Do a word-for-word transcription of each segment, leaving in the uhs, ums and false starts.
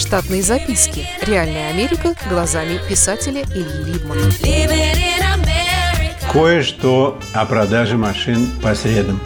Штатные записки. Реальная Америка глазами писателя Ильи Либмана. Кое-что о продаже машин по средам.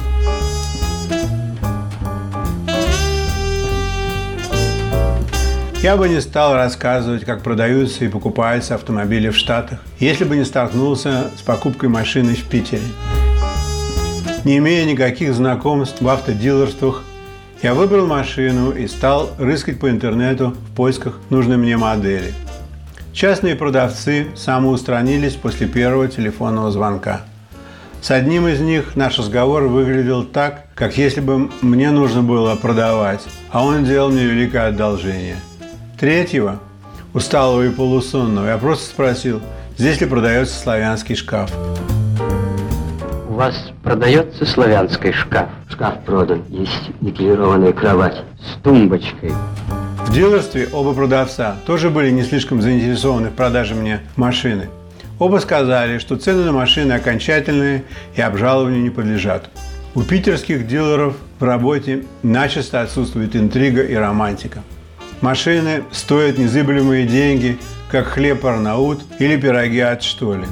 Я бы не стал рассказывать, как продаются и покупаются автомобили в Штатах, если бы не столкнулся с покупкой машины в Питере. Не имея никаких знакомств в автодилерствах, я выбрал машину и стал рыскать по интернету в поисках нужной мне модели. Частные продавцы самоустранились после первого телефонного звонка. С одним из них наш разговор выглядел так, как если бы мне нужно было продавать, а он делал мне великое одолжение. Третьего, усталого и полусонного, я просто спросил, здесь ли продается славянский шкаф. У вас продается славянский шкаф? Шкаф продан. Есть никелированная кровать с тумбочкой. В дилерстве оба продавца тоже были не слишком заинтересованы в продаже мне машины. Оба сказали, что цены на машины окончательные и обжалованию не подлежат. У питерских дилеров в работе начисто отсутствует интрига и романтика. Машины стоят незыблемые деньги, как хлеб Арнаут или пироги от Штоли.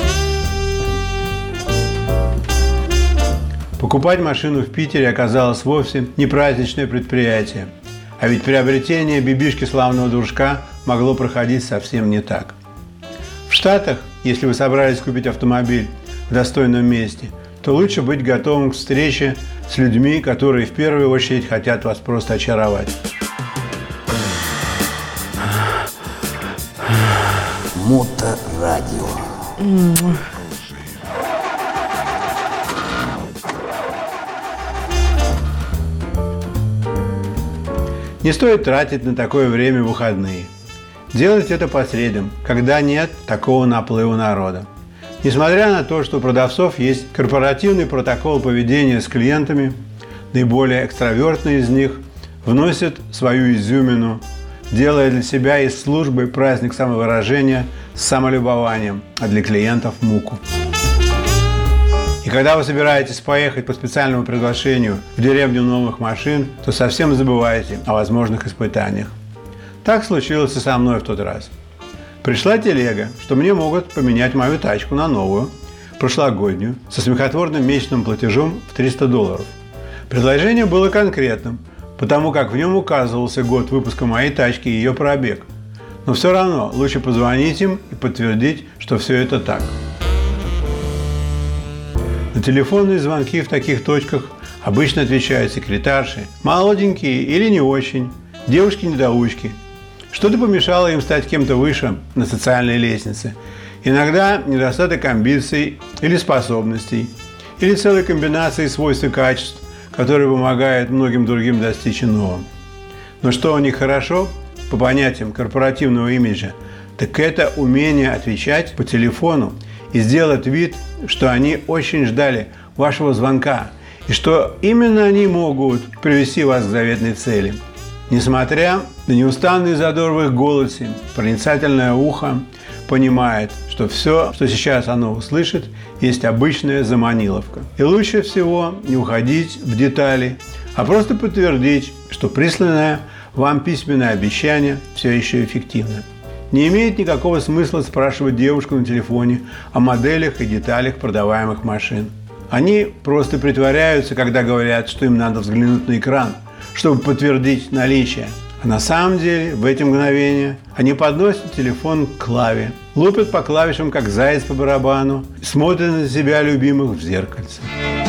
Покупать машину в Питере оказалось вовсе не праздничное предприятие. А ведь приобретение бибишки славного дружка могло проходить совсем не так. В Штатах, если вы собрались купить автомобиль в достойном месте, то лучше быть готовым к встрече с людьми, которые в первую очередь хотят вас просто очаровать. Моторадио. Не стоит тратить на такое время выходные. Делать это по средам, когда нет такого наплыва народа. Несмотря на то, что у продавцов есть корпоративный протокол поведения с клиентами, наиболее экстравертные из них вносят свою изюмину, делая для себя из службы праздник самовыражения с самолюбованием, а для клиентов муку. И когда вы собираетесь поехать по специальному приглашению в деревню новых машин, то совсем забываете о возможных испытаниях. Так случилось и со мной в тот раз. Пришла телега, что мне могут поменять мою тачку на новую, прошлогоднюю, со смехотворным месячным платежом в триста долларов. Предложение было конкретным, потому как в нем указывался год выпуска моей тачки и ее пробег. Но все равно лучше позвонить им и подтвердить, что все это так. На телефонные звонки в таких точках обычно отвечают секретарши, молоденькие или не очень, девушки-недоучки. Что-то помешало им стать кем-то выше на социальной лестнице. Иногда недостаток амбиций или способностей, или целой комбинации свойств и качеств, которые помогают многим другим достичь иного. Но что у них хорошо, по понятиям корпоративного имиджа, так это умение отвечать по телефону и сделать вид, что они очень ждали вашего звонка и что именно они могут привести вас к заветной цели. Несмотря на неустанный задор в их голосе, проницательное ухо понимает, что все, что сейчас оно услышит, есть обычная заманиловка. И лучше всего не уходить в детали, а просто подтвердить, что присланное вам письменное обещание все еще эффективно. Не имеет никакого смысла спрашивать девушку на телефоне о моделях и деталях продаваемых машин. Они просто притворяются, когда говорят, что им надо взглянуть на экран, чтобы подтвердить наличие. А на самом деле, в эти мгновения они подносят телефон к клаве, лупят по клавишам, как заяц по барабану, смотрят на себя любимых в зеркальце.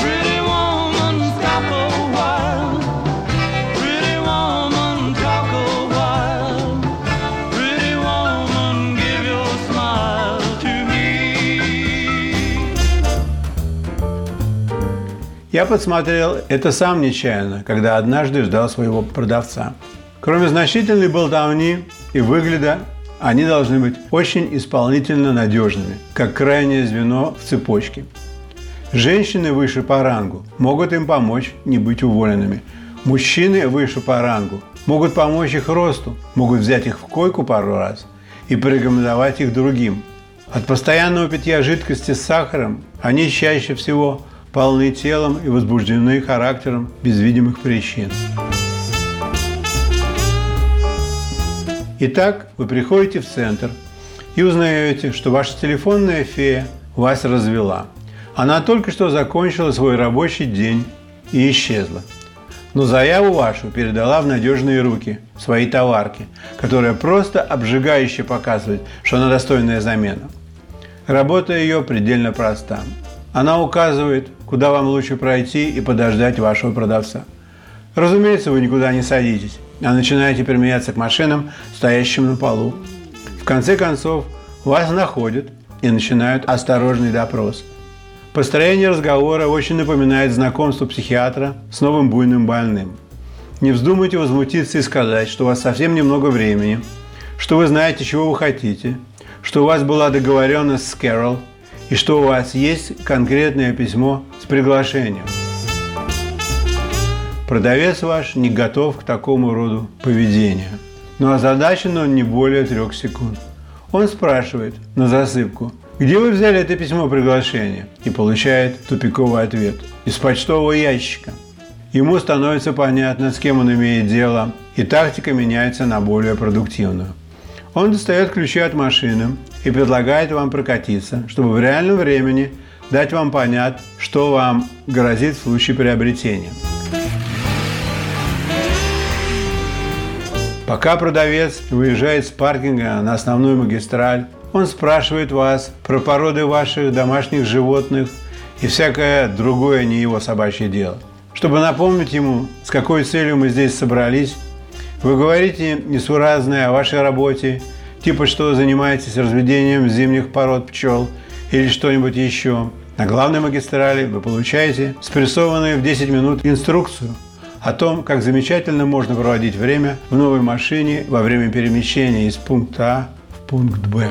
Я подсмотрел это сам нечаянно, когда однажды ждал своего продавца. Кроме значительной болтовни и выгляда, они должны быть очень исполнительно надежными, как крайнее звено в цепочке. Женщины выше по рангу могут им помочь не быть уволенными. Мужчины выше по рангу могут помочь их росту, могут взять их в койку пару раз и порекомендовать их другим. От постоянного питья жидкости с сахаром они чаще всего полны телом и возбуждены характером без видимых причин. Итак, вы приходите в центр и узнаете, что ваша телефонная фея вас развела. Она только что закончила свой рабочий день и исчезла. Но заяву вашу передала в надежные руки своей товарки, которая просто обжигающе показывает, что она достойная замена. Работа ее предельно проста. Она указывает, куда вам лучше пройти и подождать вашего продавца. Разумеется, вы никуда не садитесь, а начинаете применяться к машинам, стоящим на полу. В конце концов, вас находят и начинают осторожный допрос. Построение разговора очень напоминает знакомство психиатра с новым буйным больным. Не вздумайте возмутиться и сказать, что у вас совсем немного времени, что вы знаете, чего вы хотите, что у вас была договоренность с Кэрол и что у вас есть конкретное письмо с приглашением. Продавец ваш не готов к такому роду поведения, но озадачен он не более трех секунд. Он спрашивает на засыпку: «Где вы взяли это письмо приглашения?» и получает тупиковый ответ: «Из почтового ящика». Ему становится понятно, с кем он имеет дело, и тактика меняется на более продуктивную. Он достает ключи от машины и предлагает вам прокатиться, чтобы в реальном времени дать вам понять, что вам грозит в случае приобретения. Пока продавец выезжает с паркинга на основную магистраль, он спрашивает вас про породы ваших домашних животных и всякое другое не его собачье дело. Чтобы напомнить ему, с какой целью мы здесь собрались, вы говорите несуразное о вашей работе, типа что занимаетесь разведением зимних пород пчел или что-нибудь еще. На главной магистрали вы получаете спрессованную в десять минут инструкцию о том, как замечательно можно проводить время в новой машине во время перемещения из пункта А в пункт Б.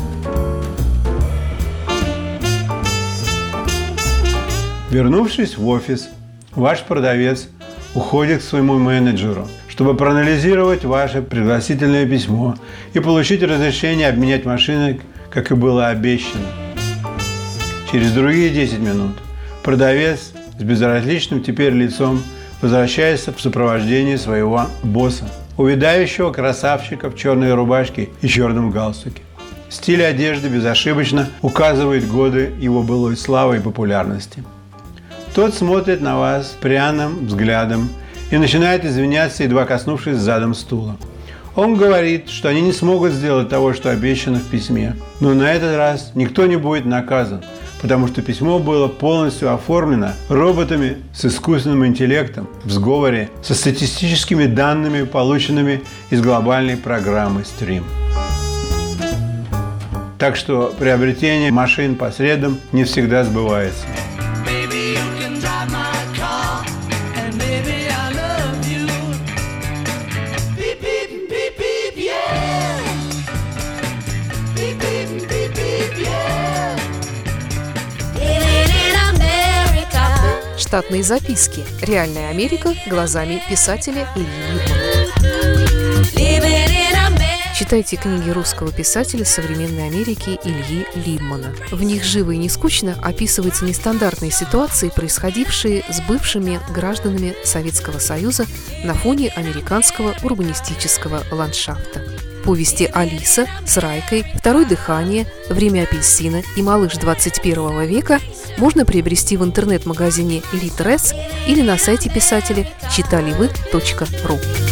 Вернувшись в офис, ваш продавец уходит к своему менеджеру, чтобы проанализировать ваше пригласительное письмо и получить разрешение обменять машины, как и было обещано. Через другие десять минут продавец с безразличным теперь лицом возвращается в сопровождении своего босса, увядающего красавчика в черной рубашке и черном галстуке. Стиль одежды безошибочно указывает годы его былой славы и популярности. Тот смотрит на вас пряным взглядом и начинает извиняться, едва коснувшись задом стула. Он говорит, что они не смогут сделать того, что обещано в письме, но на этот раз никто не будет наказан, потому что письмо было полностью оформлено роботами с искусственным интеллектом в сговоре со статистическими данными, полученными из глобальной программы Stream. Так что приобретение машин по средам не всегда сбывается. Штатные записки. Реальная Америка глазами писателя Ильи Либмана. Читайте книги русского писателя современной Америки Ильи Либмана. В них живо и не скучно описываются нестандартные ситуации, происходившие с бывшими гражданами Советского Союза на фоне американского урбанистического ландшафта. Повести «Алиса» с Райкой, «Второе дыхание», «Время апельсина» и «Малыш двадцать первого века» можно приобрести в интернет-магазине Литрес или на сайте писателя читали вы точка ру.